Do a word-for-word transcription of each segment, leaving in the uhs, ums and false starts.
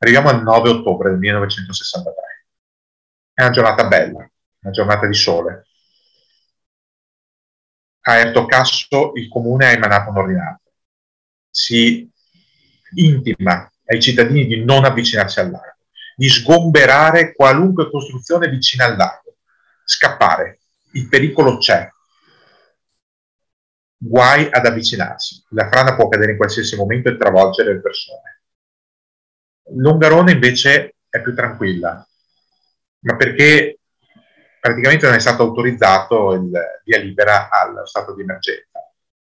Arriviamo al nove ottobre del millenovecentosessantatré. È una giornata bella, una giornata di sole. A Ertocasso il comune ha emanato un'ordinanza. Si intima ai cittadini di non avvicinarsi al lago, di sgomberare qualunque costruzione vicina al lago, scappare. Il pericolo c'è. Guai ad avvicinarsi. La frana può cadere in qualsiasi momento e travolgere le persone. Longarone invece è più tranquilla, ma perché praticamente non è stato autorizzato il via libera allo stato di emergenza.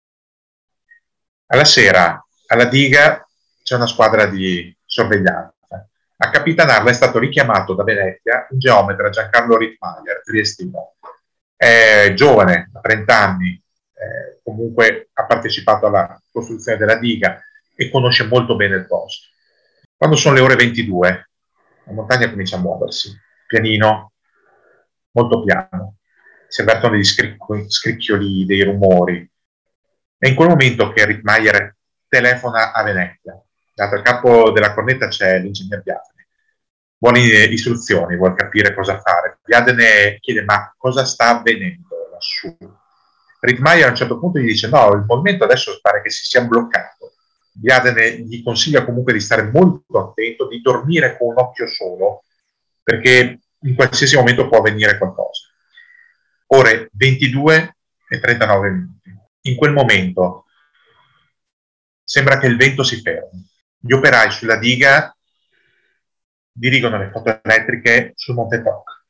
Alla sera, alla diga, c'è una squadra di sorveglianza. A capitanarla è stato richiamato da Venezia un geometra, Giancarlo Rittmayer, triestino. È giovane, ha trenta anni, eh, comunque ha partecipato alla costruzione della diga e conosce molto bene il posto. Quando sono le ore ventidue, la montagna comincia a muoversi, pianino, molto piano. Si avvertono degli scricchi- scricchioli, dei rumori. È in quel momento che Rittmayer telefona a Venezia. Dal capo della cornetta c'è l'ingegner Biadene. Vuole istruzioni, vuole capire cosa fare. Biadene chiede: ma cosa sta avvenendo lassù? Rittmayer a un certo punto gli dice: no, il movimento adesso pare che si sia bloccato. Biadene gli consiglia comunque di stare molto attento, di dormire con un occhio solo, perché in qualsiasi momento può avvenire qualcosa. Ore ventidue e trentanove minuti. In quel momento sembra che il vento si fermi. Gli operai sulla diga dirigono le fotoelettriche sul Monte Toc.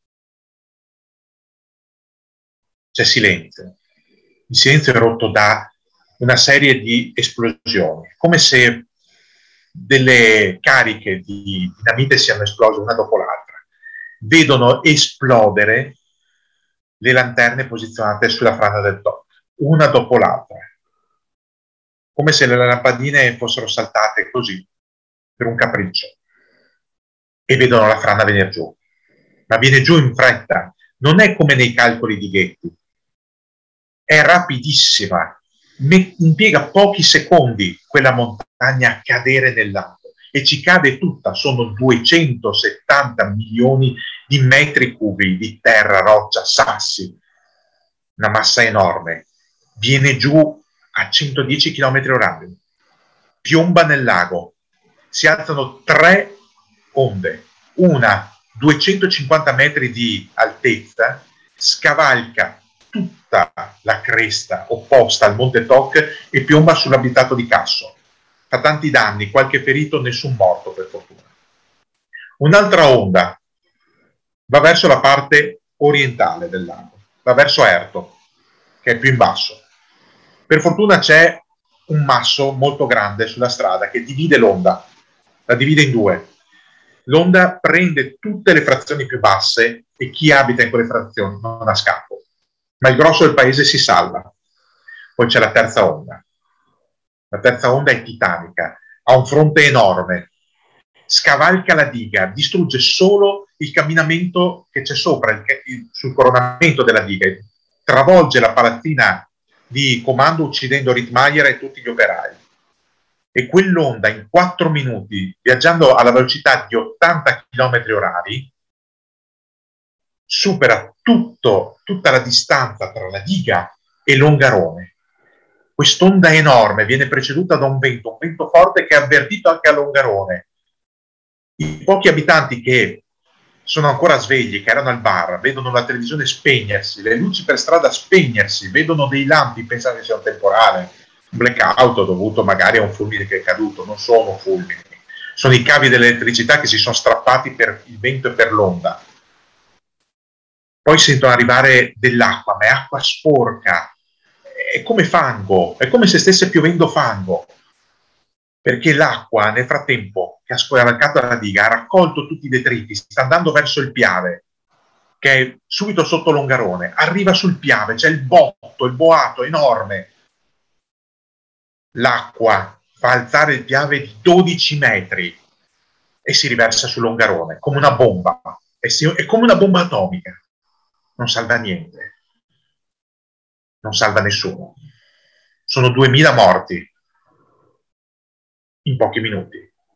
C'è silenzio. Il silenzio è rotto da una serie di esplosioni, come se delle cariche di dinamite siano esplose una dopo l'altra. Vedono esplodere le lanterne posizionate sulla frana del Toc, una dopo l'altra, come se le lampadine fossero saltate così, per un capriccio, e vedono la frana venire giù. Ma viene giù in fretta, non è come nei calcoli di Getty, è rapidissima, impiega pochi secondi quella montagna a cadere nel lago, e ci cade tutta. Sono duecentosettanta milioni di metri cubi di terra, roccia, sassi, una massa enorme. Viene giù a centodieci chilometri orari, piomba nel lago, si alzano tre onde, una duecentocinquanta metri di altezza, scavalca tutta la cresta opposta al Monte Toc e piomba sull'abitato di Casso. Fa tanti danni, qualche ferito, nessun morto per fortuna. Un'altra onda va verso la parte orientale del lago, va verso Erto, che è più in basso. Per fortuna c'è un masso molto grande sulla strada che divide l'onda, la divide in due. L'onda prende tutte le frazioni più basse e chi abita in quelle frazioni non ha scampo, ma il grosso del paese si salva. Poi c'è la terza onda. La terza onda è titanica, ha un fronte enorme, scavalca la diga, distrugge solo il camminamento che c'è sopra, il, il, sul coronamento della diga, travolge la palazzina di comando uccidendo Rittmayer e tutti gli operai. E quell'onda in quattro minuti, viaggiando alla velocità di ottanta chilometri orari, supera tutto, tutta la distanza tra la diga e Longarone. Quest'onda enorme viene preceduta da un vento, un vento forte che è avvertito anche a Longarone. I pochi abitanti che sono ancora svegli, che erano al bar, vedono la televisione spegnersi, le luci per strada spegnersi, vedono dei lampi, pensano che sia un temporale, un blackout dovuto magari a un fulmine che è caduto. Non sono fulmini, sono i cavi dell'elettricità che si sono strappati per il vento e per l'onda. Poi sentono arrivare dell'acqua, ma è acqua sporca, è come fango, è come se stesse piovendo fango, perché l'acqua nel frattempo che ha scavalcato la diga ha raccolto tutti i detriti, sta andando verso il Piave, che è subito sotto Longarone, arriva sul Piave, c'è il botto, il boato enorme. L'acqua fa alzare il Piave di dodici metri e si riversa su Longarone come una bomba, è, è come una bomba atomica. Non salva niente, non salva nessuno. Sono duemila morti in pochi minuti.